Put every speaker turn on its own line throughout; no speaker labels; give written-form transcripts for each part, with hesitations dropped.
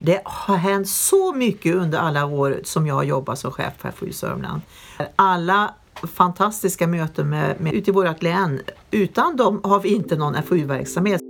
Det har hänt så mycket under alla år som jag har jobbat som chef för FoU Sörmland. Alla fantastiska möten med ute i vårt län. Utan dem har vi inte någon FoU-verksamhet.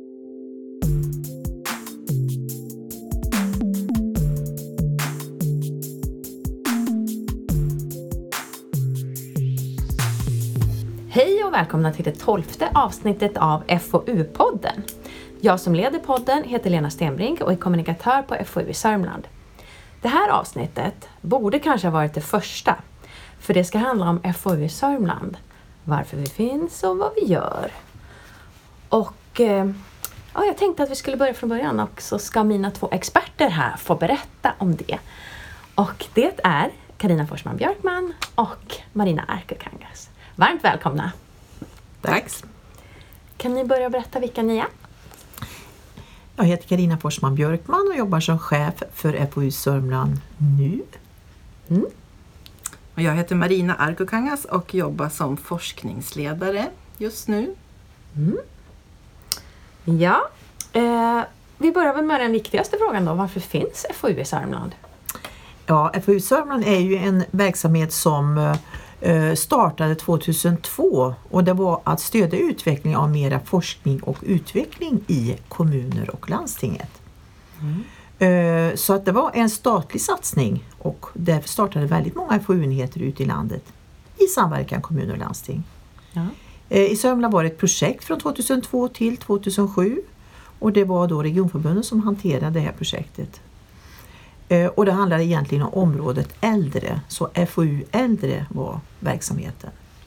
Hej och välkomna till det 12:e avsnittet av FoU-podden. Jag som leder podden heter Lena Stenbrink och är kommunikatör på FoU i Sörmland. Det här avsnittet borde kanske ha varit det första, för det ska handla om FoU i Sörmland. Varför vi finns och vad vi gör. Och jag tänkte att vi skulle börja från början och så ska mina två experter här få berätta om det. Och det är Carina Forsman Björkman och Marina Arkukangas. Varmt välkomna.
Tack.
Kan ni börja berätta vilka ni är?
Jag heter Carina Forsman Björkman och jobbar som chef för FoU Sörmland nu.
Och jag heter Marina Arkukangas och jobbar som forskningsledare just nu.
Ja, vi börjar väl med den viktigaste frågan då. Varför finns FoU i Sörmland?
Ja, FoU Sörmland är ju en verksamhet som startade 2002 och det var att stödja utveckling av mera forskning och utveckling i kommuner och landstinget. Så att det var en statlig satsning och därför startade väldigt många FoU-enheter ute i landet i samverkan kommuner och landsting.
Ja.
I Sörmland var det ett projekt från 2002 till 2007 och det var då regionförbunden som hanterade det här projektet. Och det handlade egentligen om området äldre, så FoU äldre var verksamheten.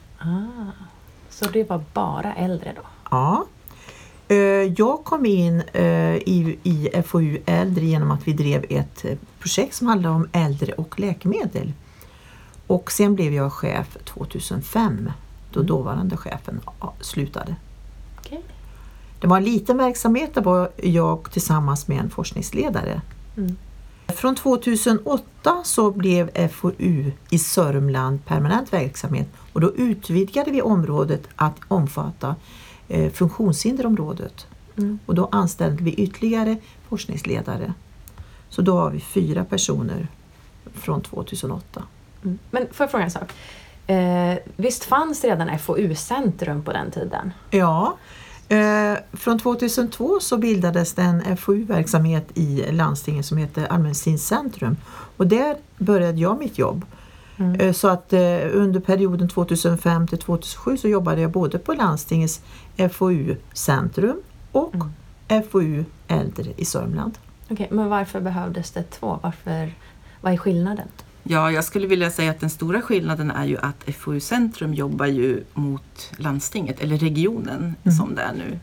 Så det var bara äldre då?
Ja. Jag kom in i FoU äldre genom att vi drev ett projekt som handlade om äldre och läkemedel. Och sen blev jag chef 2005 då dåvarande chefen slutade.
Okay.
Det var en liten verksamhet, där var jag tillsammans med en forskningsledare. Från 2008 så blev FoU i Sörmland permanent verksamhet och då utvidgade vi området att omfatta funktionshinderområdet. Och då anställde vi ytterligare forskningsledare. Så då har vi 4 personer från 2008.
Men får jag fråga en sak? Visst fanns redan FoU-centrum på den tiden?
Ja. Från 2002 så bildades det en FoU-verksamhet i landstinget som heter Allmänmedicinskt centrum och där började jag mitt jobb. Så att under perioden 2005 till 2007 så jobbade jag både på landstingets FoU-centrum och FoU äldre i Sörmland.
Okej, men varför behövdes det 2? Vad är skillnaden?
Ja, jag skulle vilja säga att den stora skillnaden är ju att FoU-centrum jobbar ju mot landstinget eller regionen som det är nu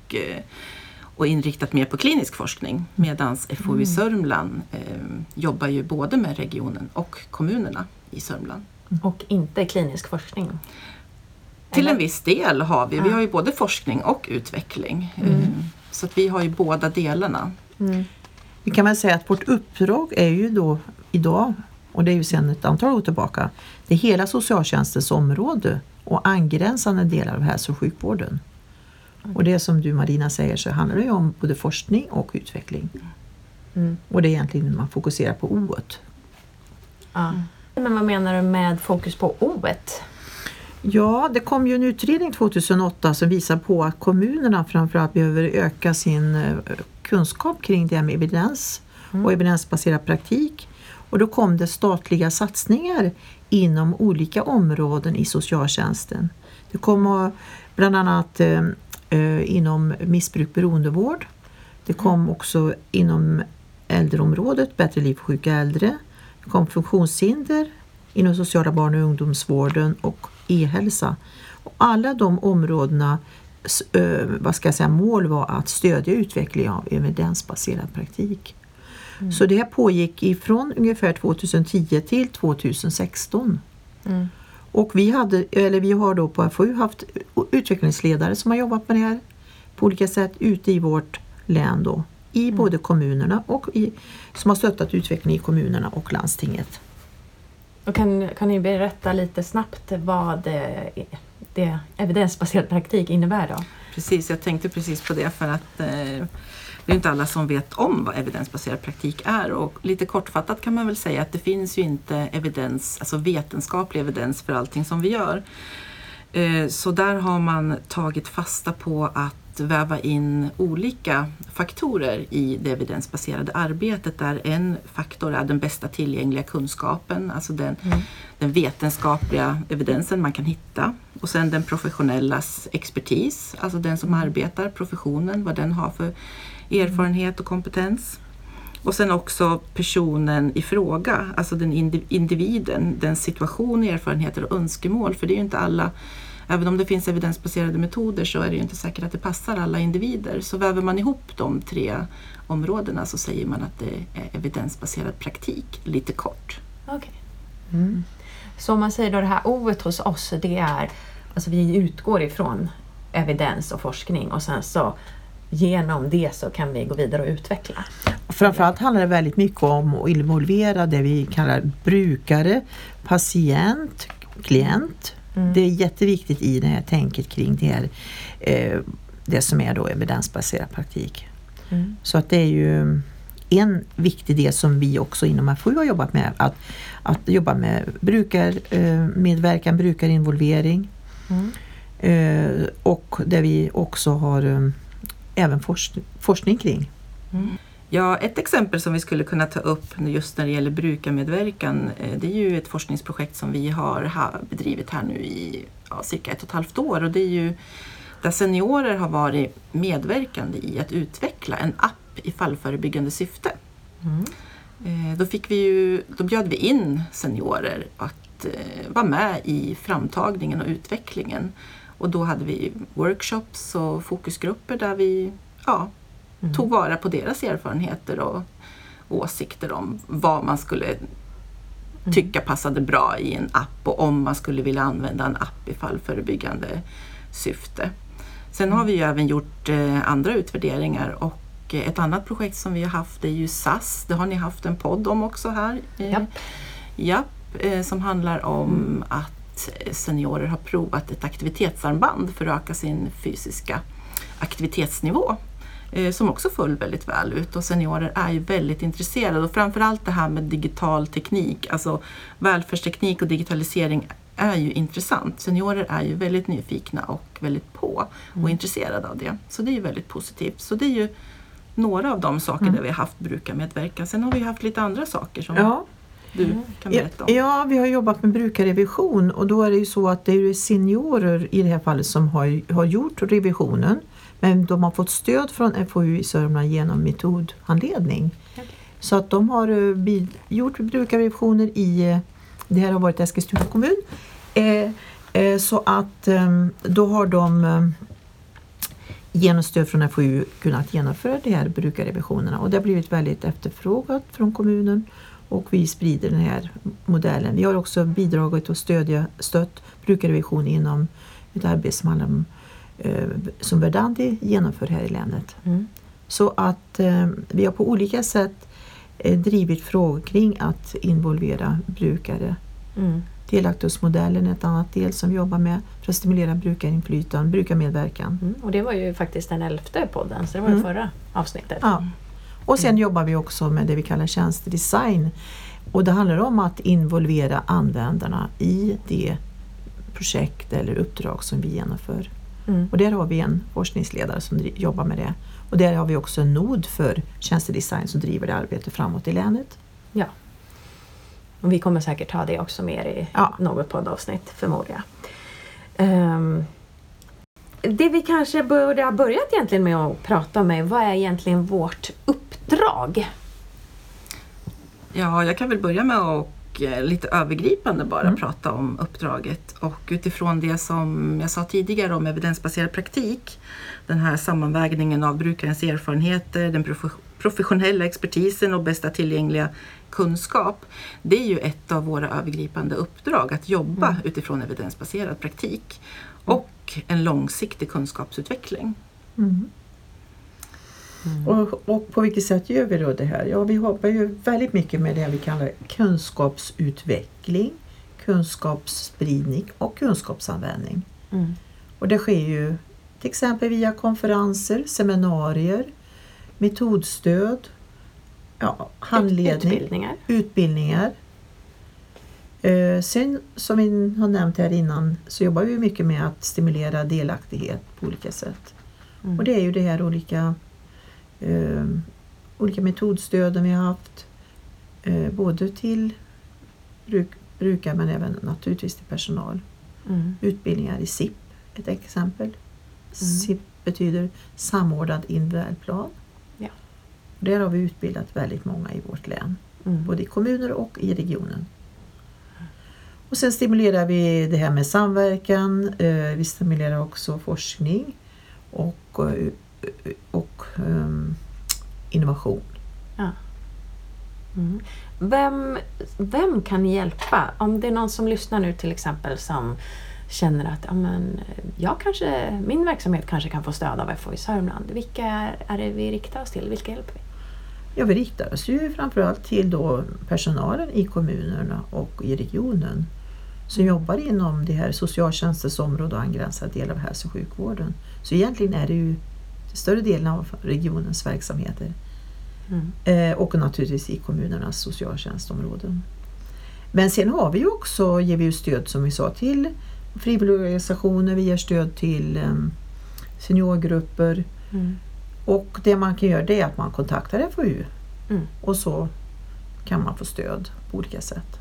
och inriktat mer på klinisk forskning medan FoU Sörmland jobbar ju både med regionen och kommunerna i Sörmland.
Och inte klinisk forskning?
Till en viss del har vi. Vi har ju både forskning och utveckling. Så att vi har ju båda delarna.
Vi kan väl säga att vårt uppdrag är ju då idag, och det är ju sedan ett antal år tillbaka, det är hela socialtjänstens område och angränsande delar av hälso- och sjukvården. Och det som du Marina säger så handlar det ju om både forskning och utveckling. Och det är egentligen när man fokuserar på O-et.
Men vad menar du med fokus på O-et?
Ja, det kom ju en utredning 2008 som visar på att kommunerna framförallt behöver öka sin kunskap kring det med evidens och evidensbaserad praktik. Och då kom det statliga satsningar inom olika områden i socialtjänsten. Det kom bland annat inom missbruk beroendevård. Det kom också inom äldreområdet, bättre liv för sjuka äldre. Det kom funktionshinder inom sociala barn- och ungdomsvården och e-hälsa. Och alla de områdena, mål var att stödja utveckling av evidensbaserad praktik. Så det här pågick ifrån ungefär 2010 till 2016. Och vi har då på FoU haft utvecklingsledare som har jobbat med det här på olika sätt ute i vårt län då. I både kommunerna och som har stöttat utveckling i kommunerna och landstinget.
Och kan ni berätta lite snabbt vad det evidensbaserad praktik innebär då?
Precis, jag tänkte precis på det för att det är inte alla som vet om vad evidensbaserad praktik är, och lite kortfattat kan man väl säga att det finns ju inte evidens, alltså vetenskaplig evidens för allting som vi gör. Så där har man tagit fasta på att väva in olika faktorer i det evidensbaserade arbetet, där en faktor är den bästa tillgängliga kunskapen, alltså den vetenskapliga evidensen man kan hitta, och sen den professionellas expertis, alltså den som arbetar, professionen, vad den har för erfarenhet och kompetens. Och sen också personen i fråga, alltså den individen, den situation, erfarenheter och önskemål, för det är ju inte alla. Även om det finns evidensbaserade metoder så är det ju inte säkert att det passar alla individer. Så väver man ihop de 3 områdena så säger man att det är evidensbaserad praktik, lite kort.
Okej. Så om man säger då det här oet hos oss, det är, alltså vi utgår ifrån evidens och forskning, och sen så genom det så kan vi gå vidare och utveckla.
Framförallt handlar det väldigt mycket om att involvera det vi kallar brukare, patient, klient. Det är jätteviktigt i det här tänket kring det här, det som är då evidensbaserad praktik. Så att det är ju en viktig del som vi också inom FoU har jobbat med, att jobba med brukarmedverkan, brukarinvolvering, och där vi också har även forskning kring.
Ja, ett exempel som vi skulle kunna ta upp just när det gäller brukarmedverkan, det är ju ett forskningsprojekt som vi har bedrivit här nu i cirka 1,5 år, och det är ju där seniorer har varit medverkande i att utveckla en app i fallförebyggande syfte. Då bjöd vi in seniorer att vara med i framtagningen och utvecklingen, och då hade vi workshops och fokusgrupper där vi tog vara på deras erfarenheter och åsikter om vad man skulle tycka passade bra i en app, och om man skulle vilja använda en app i fallförebyggande syfte. Sen har vi ju även gjort andra utvärderingar, och ett annat projekt som vi har haft är ju SAS. Det har ni haft en podd om också här. Som handlar om att seniorer har provat ett aktivitetsarmband för att öka sin fysiska aktivitetsnivå, som också föll väldigt väl ut, och seniorer är ju väldigt intresserade, och framförallt det här med digital teknik, alltså välfärdsteknik och digitalisering är ju intressant. Seniorer är ju väldigt nyfikna och väldigt på och intresserade av det, så det är ju väldigt positivt. Så det är ju några av de saker där vi har haft brukarmedverkan. Sen har vi haft lite andra saker som du kan berätta om.
Ja, vi har jobbat med brukarrevision, och då är det ju så att det är seniorer i det här fallet som har gjort revisionen. Men de har fått stöd från FoU i Sörmland genom metodhandledning. Så att de har gjort brukarrevisioner i, det här har varit Eskilstuna kommun. Så att då har de genom stöd från FoU kunnat genomföra de här brukarrevisionerna. Och det har blivit väldigt efterfrågat från kommunen, och vi sprider den här modellen. Vi har också bidragit och stött brukarrevision inom ett arbete som handlar om som Verdandi genomför här i länet. Så att vi har på olika sätt drivit frågor kring att involvera brukare. Delaktighetsmodellen är ett annat del som vi jobbar med för att stimulera brukarinflytande, brukarmedverkan.
Och det var ju faktiskt den 11:e podden, så det var det förra avsnittet.
Ja. Och sen jobbar vi också med det vi kallar tjänstedesign, och det handlar om att involvera användarna i det projekt eller uppdrag som vi genomför. Och där har vi en forskningsledare som jobbar med det. Och där har vi också en nod för tjänstedesign som driver det arbetet framåt i länet.
Ja. Och vi kommer säkert ha det också mer i något poddavsnitt, förmodar jag. Det vi kanske borde ha börjat egentligen med att prata om, vad är egentligen vårt uppdrag?
Ja, jag kan väl börja med att lite övergripande bara prata om uppdraget, och utifrån det som jag sa tidigare om evidensbaserad praktik, den här sammanvägningen av brukarens erfarenheter, den professionella expertisen och bästa tillgängliga kunskap, det är ju ett av våra övergripande uppdrag, att jobba utifrån evidensbaserad praktik och en långsiktig kunskapsutveckling.
Och på vilket sätt gör vi då det här? Ja, vi jobbar ju väldigt mycket med det vi kallar kunskapsutveckling, kunskapsspridning och kunskapsanvändning. Och det sker ju till exempel via konferenser, seminarier, metodstöd, handledning, utbildningar. Sen som vi har nämnt här innan så jobbar vi mycket med att stimulera delaktighet på olika sätt. Och det är ju det här olika metodstöden vi har haft både till brukare men även naturligtvis till personal. Utbildningar i SIP, ett exempel. SIP betyder samordnad individuell plan.
Ja.
Där har vi utbildat väldigt många i vårt län. Både i kommuner och i regionen. Och sen stimulerar vi det här med samverkan. Vi stimulerar också forskning och innovation.
Ja. Vem kan hjälpa? Om det är någon som lyssnar nu till exempel som känner att min verksamhet kanske kan få stöd av FoU Sörmland. Vilka är det vi riktar oss till? Vilka hjälper vi?
Ja, vi riktar oss ju framförallt till då personalen i kommunerna och i regionen som jobbar inom det här socialtjänstens område och angränsande del av hälso- och sjukvården. Så egentligen är det ju större delen av regionens verksamheter. Och naturligtvis i kommunernas socialtjänstområden. Men sen har vi ju också, ger vi ju stöd som vi sa till frivilligorganisationer, vi ger stöd till seniorgrupper. Och det man kan göra det är att man kontaktar FoU och så kan man få stöd på olika sätt.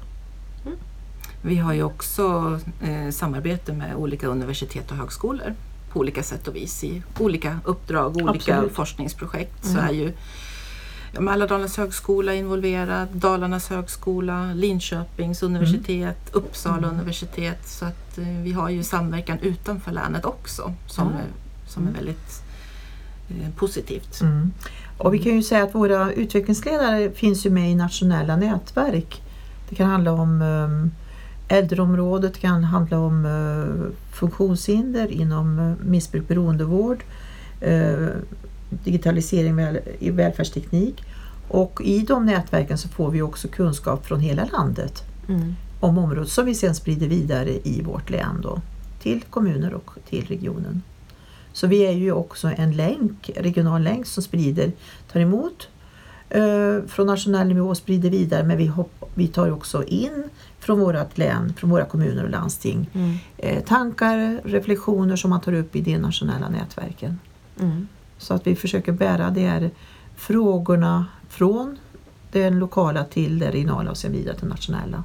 Vi har ju också samarbete med olika universitet och högskolor på olika sätt och vis i olika uppdrag, olika forskningsprojekt. Så är ju Mälardalens högskola involverad, Dalarnas högskola, Linköpings universitet, Uppsala universitet. Så att vi har ju samverkan utanför länet också som är väldigt positivt.
Och vi kan ju säga att våra utvecklingsledare finns ju med i nationella nätverk. Det kan handla om äldreområdet, det kan handla om funktionshinder inom missbruk, beroendevård, digitalisering i välfärdsteknik. Och i de nätverken så får vi också kunskap från hela landet om området som vi sen sprider vidare i vårt län då, till kommuner och till regionen. Så vi är ju också en regional länk som tar emot från nationell nivå och sprider vidare, men vi tar också in från vårt län, från våra kommuner och landsting tankar, reflektioner som man tar upp i de nationella nätverken. Så att vi försöker bära de här frågorna från den lokala till det regionala och sen vidare till nationella.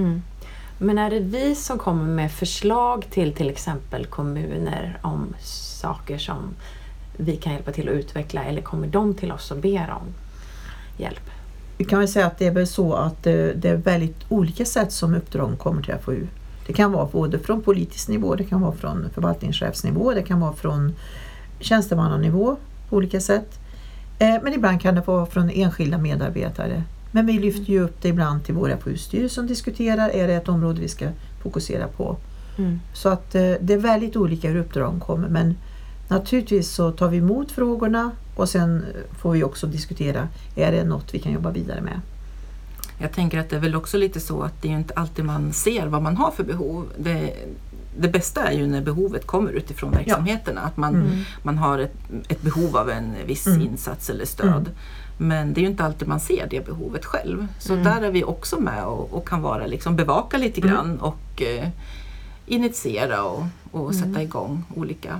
Men är det vi som kommer med förslag till exempel kommuner om saker som vi kan hjälpa till att utveckla, eller kommer de till oss och ber om hjälp?
Vi kan väl säga att det är väl så att det är väldigt olika sätt som uppdrag kommer till FoU. Det kan vara både från politisk nivå, det kan vara från förvaltningschefsnivå, det kan vara från tjänstemannanivå på olika sätt. Men ibland kan det vara från enskilda medarbetare. Men vi lyfter ju upp det ibland till våra FoU-styrelser som diskuterar, är det ett område vi ska fokusera på. Så att det är väldigt olika hur uppdragen kommer, men naturligtvis så tar vi emot frågorna och sen får vi också diskutera, är det något vi kan jobba vidare med?
Jag tänker att det är väl också lite så att det är ju inte alltid man ser vad man har för behov. Det bästa är ju när behovet kommer utifrån verksamheterna, att man har ett behov av en viss insats eller stöd. Men det är ju inte alltid man ser det behovet själv. Så där är vi också med och kan vara liksom bevaka lite grann och initiera och sätta igång olika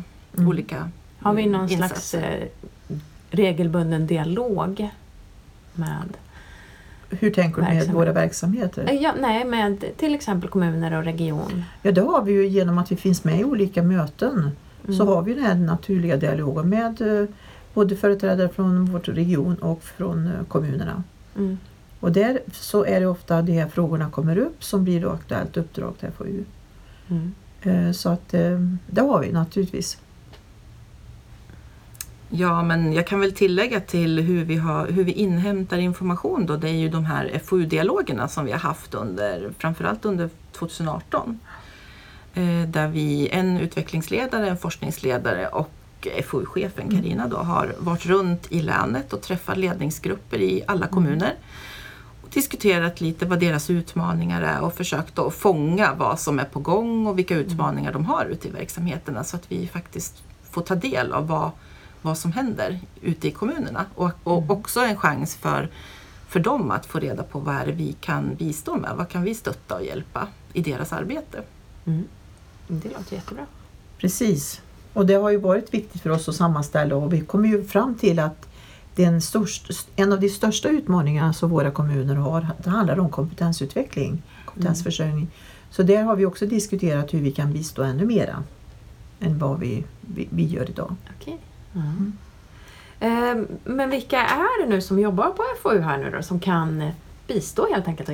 Har vi någon
insatser.
slags regelbunden dialog med?
Hur tänker du med våra verksamheter?
Med till exempel kommuner och region.
Ja, det har vi ju genom att vi finns med i olika möten. Så har vi den här naturliga dialogen med både företrädare från vår region och från kommunerna. Och där så är det ofta de här frågorna kommer upp som blir då aktuellt uppdrag till FoU. Så att det har vi naturligtvis.
Ja, men jag kan väl tillägga till hur vi inhämtar information då. Det är ju de här FoU-dialogerna som vi har haft framförallt under 2018. Där en utvecklingsledare, en forskningsledare och FoU-chefen Carina då har varit runt i länet och träffat ledningsgrupper i alla kommuner. Och diskuterat lite vad deras utmaningar är och försökt att fånga vad som är på gång och vilka utmaningar de har ute i verksamheterna, så att vi faktiskt får ta del av vad som händer ute i kommunerna. Och också en chans för dem att få reda på vad är det vi kan bistå med. Vad kan vi stötta och hjälpa i deras arbete.
Det låter jättebra.
Precis. Och det har ju varit viktigt för oss att sammanställa, och vi kommer ju fram till att en av de största utmaningarna som våra kommuner har, det handlar om kompetensutveckling, kompetensförsörjning. Så där har vi också diskuterat hur vi kan bistå ännu mera än vad vi gör idag.
Okej. Men vilka är det nu som jobbar på FoU här nu då, som kan bistå helt enkelt?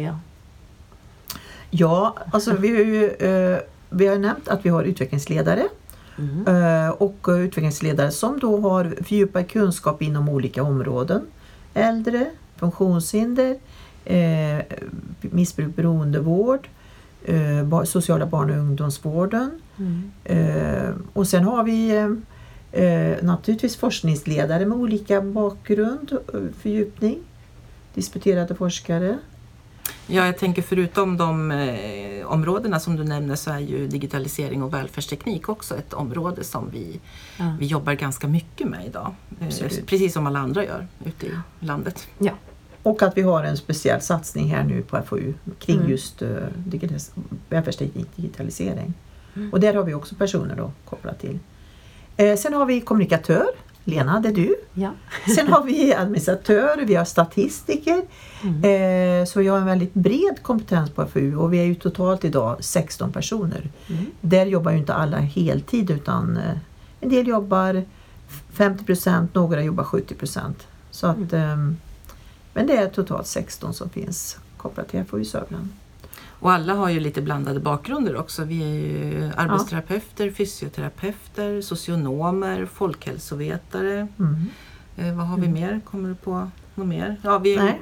Ja, alltså vi har nämnt att vi har utvecklingsledare. Och utvecklingsledare som då har fördjupad kunskap inom olika områden. Äldre, funktionshinder, missbruk, beroendevård, sociala barn- och ungdomsvården. Och sen har vi naturligtvis forskningsledare med olika bakgrund, fördjupning, disputerade forskare.
Ja, jag tänker förutom de områdena som du nämner, så är ju digitalisering och välfärdsteknik också ett område som vi jobbar ganska mycket med idag. Precis som alla andra gör ute i landet.
Ja.
Och att vi har en speciell satsning här nu på FoU kring just välfärdsteknik, digitalisering. Och där har vi också personer då kopplat till. Sen har vi kommunikatör. Lena, det är du.
Ja.
Sen har vi administratör, vi har statistiker. Så vi har en väldigt bred kompetens på FoU, och vi är ju totalt idag 16 personer. Där jobbar ju inte alla heltid, utan en del jobbar 50%, några jobbar 70%. Så att, men det är totalt 16 som finns kopplat till FoU Sörmland.
Och alla har ju lite blandade bakgrunder också. Vi är ju arbetsterapeuter, fysioterapeuter, socionomer, folkhälsovetare. Vad har vi mer? Kommer du på något mer? Ja, vi är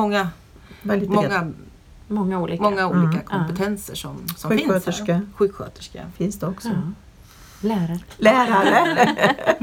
många olika kompetenser som finns här. Sjuksköterska
finns det också.
Ja.
Lärare.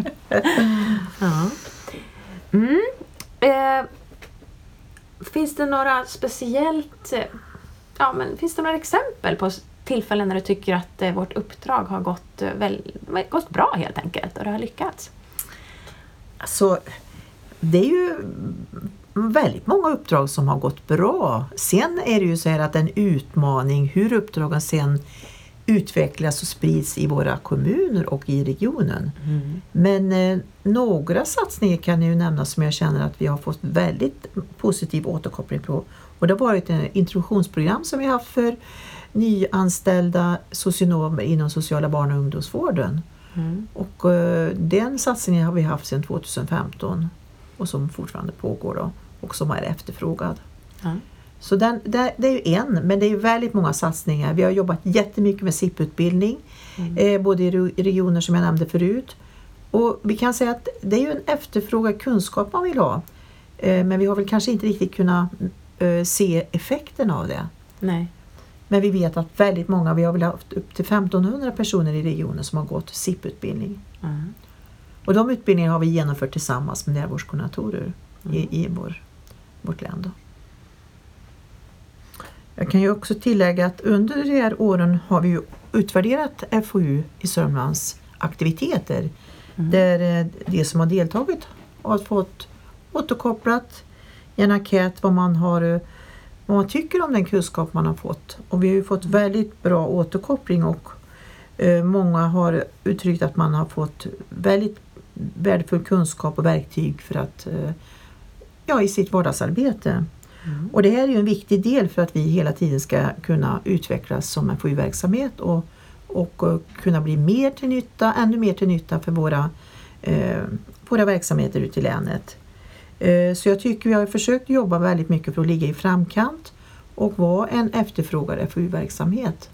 Finns det några speciellt... finns det några exempel på tillfällen när du tycker att vårt uppdrag har gått bra helt enkelt och det har lyckats?
Alltså, det är ju väldigt många uppdrag som har gått bra. Sen är det ju så här att en utmaning hur uppdragen sen utvecklas och sprids i våra kommuner och i regionen. Men några satsningar kan jag ju nämna som jag känner att vi har fått väldigt positiv återkoppling på. Och det har varit en introduktionsprogram som vi har haft för nyanställda socionomer inom sociala barn- och ungdomsvården. Och den satsningen har vi haft sedan 2015 och som fortfarande pågår då, och som är efterfrågad. Så det är ju en, men det är ju väldigt många satsningar. Vi har jobbat jättemycket med SIP-utbildning, både i regioner som jag nämnde förut. Och vi kan säga att det är ju en efterfrågad kunskap man vill ha. Men vi har väl kanske inte riktigt kunnat se effekten av det.
Nej.
Men vi vet att väldigt många, vi har väl haft upp till 1500 personer i regionen som har gått SIP-utbildning. Och de utbildningarna har vi genomfört tillsammans med närvårdskoordinatorer i vårt län då. Jag kan ju också tillägga att under de här åren har vi ju utvärderat FoU i Sörmlands aktiviteter. Där de som har deltagit har fått återkopplat i en enkät vad man tycker om den kunskap man har fått. Och vi har ju fått väldigt bra återkoppling, och många har uttryckt att man har fått väldigt värdefull kunskap och verktyg för att i sitt vardagsarbete. Och det här är ju en viktig del för att vi hela tiden ska kunna utvecklas som en FoU-verksamhet och kunna bli ännu mer till nytta för våra verksamheter ute i länet. Så jag tycker vi har försökt jobba väldigt mycket för att ligga i framkant och vara en efterfrågad FoU-verksamhet.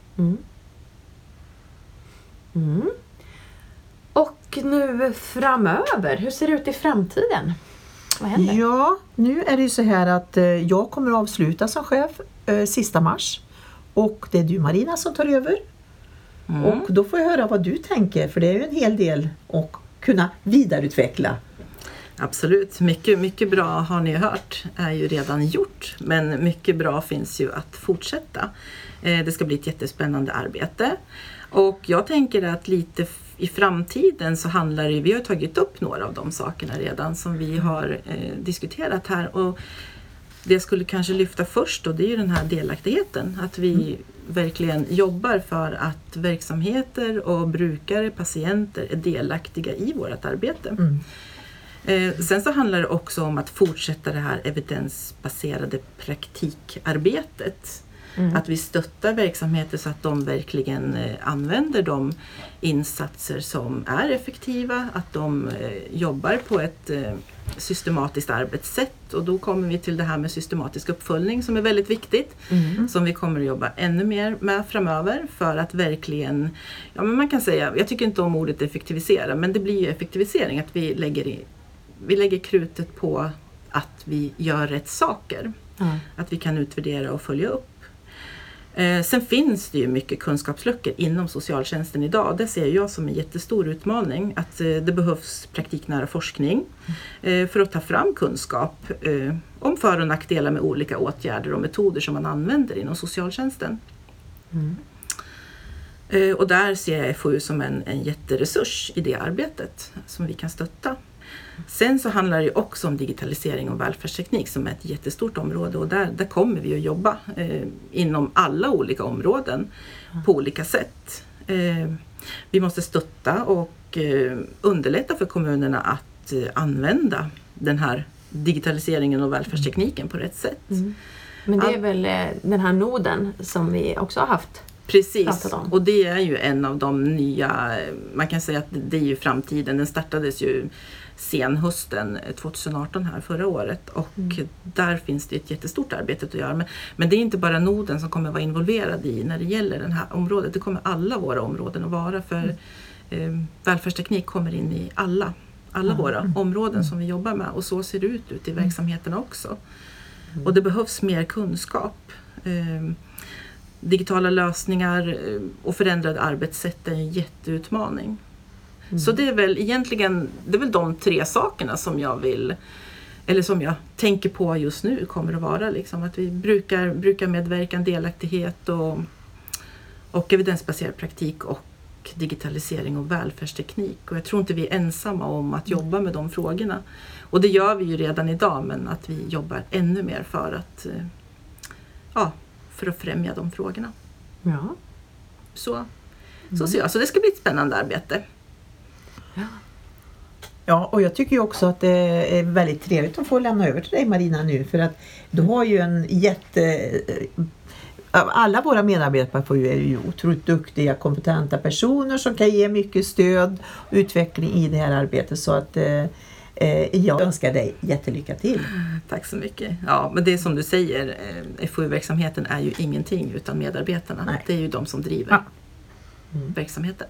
Och nu framöver, hur ser det ut i framtiden? Vad händer?
Ja, nu är det ju så här att jag kommer att avsluta som chef sista mars. Och det är du, Marina, som tar över. Och då får jag höra vad du tänker, för det är ju en hel del att kunna vidareutveckla.
Absolut, mycket bra har ni hört är ju redan gjort, men mycket bra finns ju att fortsätta. Det ska bli ett jättespännande arbete, och jag tänker att lite i framtiden så handlar det, vi har tagit upp några av de sakerna redan som vi har diskuterat här. Och det jag skulle kanske lyfta först då, det är ju den här delaktigheten. Att vi verkligen jobbar för att verksamheter och brukare, patienter är delaktiga i vårt arbete. Sen så handlar det också om att fortsätta det här evidensbaserade praktikarbetet. Att vi stöttar verksamheter så att de verkligen använder de insatser som är effektiva. Att de jobbar på ett systematiskt arbetssätt. Och då kommer vi till det här med systematisk uppföljning som är väldigt viktigt. Som vi kommer att jobba ännu mer med framöver. För att verkligen, ja men man kan säga, jag tycker inte om ordet effektivisera. Men det blir ju effektivisering att vi lägger krutet på att vi gör rätt saker. Att vi kan utvärdera och följa upp. Sen finns det ju mycket kunskapsluckor inom socialtjänsten idag. Det ser jag som en jättestor utmaning. Att det behövs praktiknära forskning för att ta fram kunskap om för- och nackdelar med olika åtgärder och metoder som man använder inom socialtjänsten. Och där ser jag FoU som en jätteresurs i det arbetet som vi kan stötta. Sen så handlar det ju också om digitalisering och välfärdsteknik som är ett jättestort område och där kommer vi att jobba inom alla olika områden på olika sätt. Vi måste stötta och underlätta för kommunerna att använda den här digitaliseringen och välfärdstekniken på rätt sätt.
Men det är väl den här noden som vi också har haft.
Precis, och det är ju en av de nya, man kan säga att det är ju framtiden, den startades ju sen hösten 2018 här förra året och där finns det ett jättestort arbete att göra. Men det är inte bara noden som kommer vara involverad i när det gäller det här området, det kommer alla våra områden att vara för välfärdsteknik kommer in i alla våra områden som vi jobbar med och så ser det ut i verksamheterna också. Och det behövs mer kunskap. Digitala lösningar och förändrade arbetssätt är en jätteutmaning. Så det är väl egentligen de 3 sakerna som jag vill, eller som jag tänker på just nu kommer att vara liksom, att vi brukar medverkan, delaktighet och evidensbaserad praktik och digitalisering och välfärdsteknik. Och jag tror inte vi är ensamma om att jobba med de frågorna. Och det gör vi ju redan idag, men att vi jobbar ännu mer för att främja de frågorna.
Ja.
Så ser jag. Så det ska bli ett spännande arbete.
Ja, och jag tycker ju också att det är väldigt trevligt att få lämna över till dig Marina nu för att du har ju en alla våra medarbetare är ju otroligt duktiga, kompetenta personer som kan ge mycket stöd och utveckling i det här arbetet så att jag önskar dig jättelycka till.
Tack så mycket. Ja, men det är som du säger, FoU-verksamheten är ju ingenting utan medarbetarna. Nej. Det är ju de som driver verksamheten.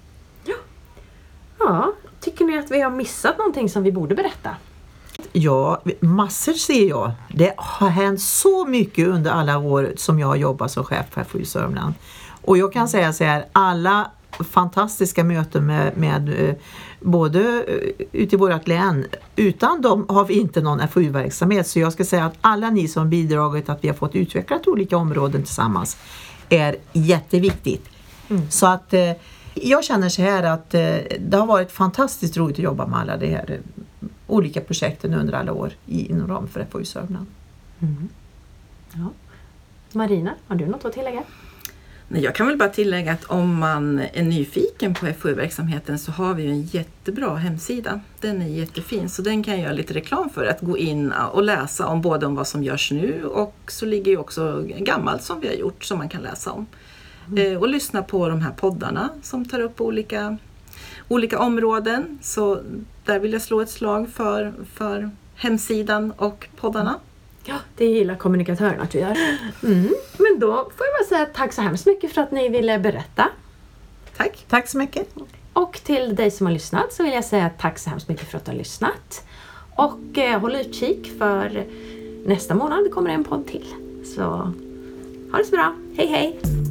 Ja, tycker ni att vi har missat någonting som vi borde berätta?
Ja, massor ser jag. Det har hänt så mycket under alla år som jag har jobbat som chef för FoU Sörmland. Och jag kan säga så här, alla fantastiska möten med både ute i vårt län. Utan dem har vi inte någon FoU-verksamhet. Så jag ska säga att alla ni som bidragit att vi har fått utvecklat olika områden tillsammans är jätteviktigt. Så att jag känner så här att det har varit fantastiskt roligt att jobba med alla de här olika projekten under alla år inom ramen för FoU Sörmland.
Ja. Marina, har du något att tillägga?
Nej, jag kan väl bara tillägga att om man är nyfiken på FoU-verksamheten så har vi ju en jättebra hemsida. Den är jättefin så den kan jag göra lite reklam för att gå in och läsa om både om vad som görs nu och så ligger ju också gammalt som vi har gjort som man kan läsa om. Och lyssna på de här poddarna som tar upp olika områden. Så där vill jag slå ett slag för hemsidan och poddarna.
Ja, det gillar kommunikatören att du gör. Men då får jag bara säga tack så hemskt mycket för att ni ville berätta.
Tack.
Tack så mycket.
Och till dig som har lyssnat så vill jag säga tack så hemskt mycket för att du har lyssnat. Och håll utkik för nästa månad kommer en podd till. Så ha det så bra. Hej hej!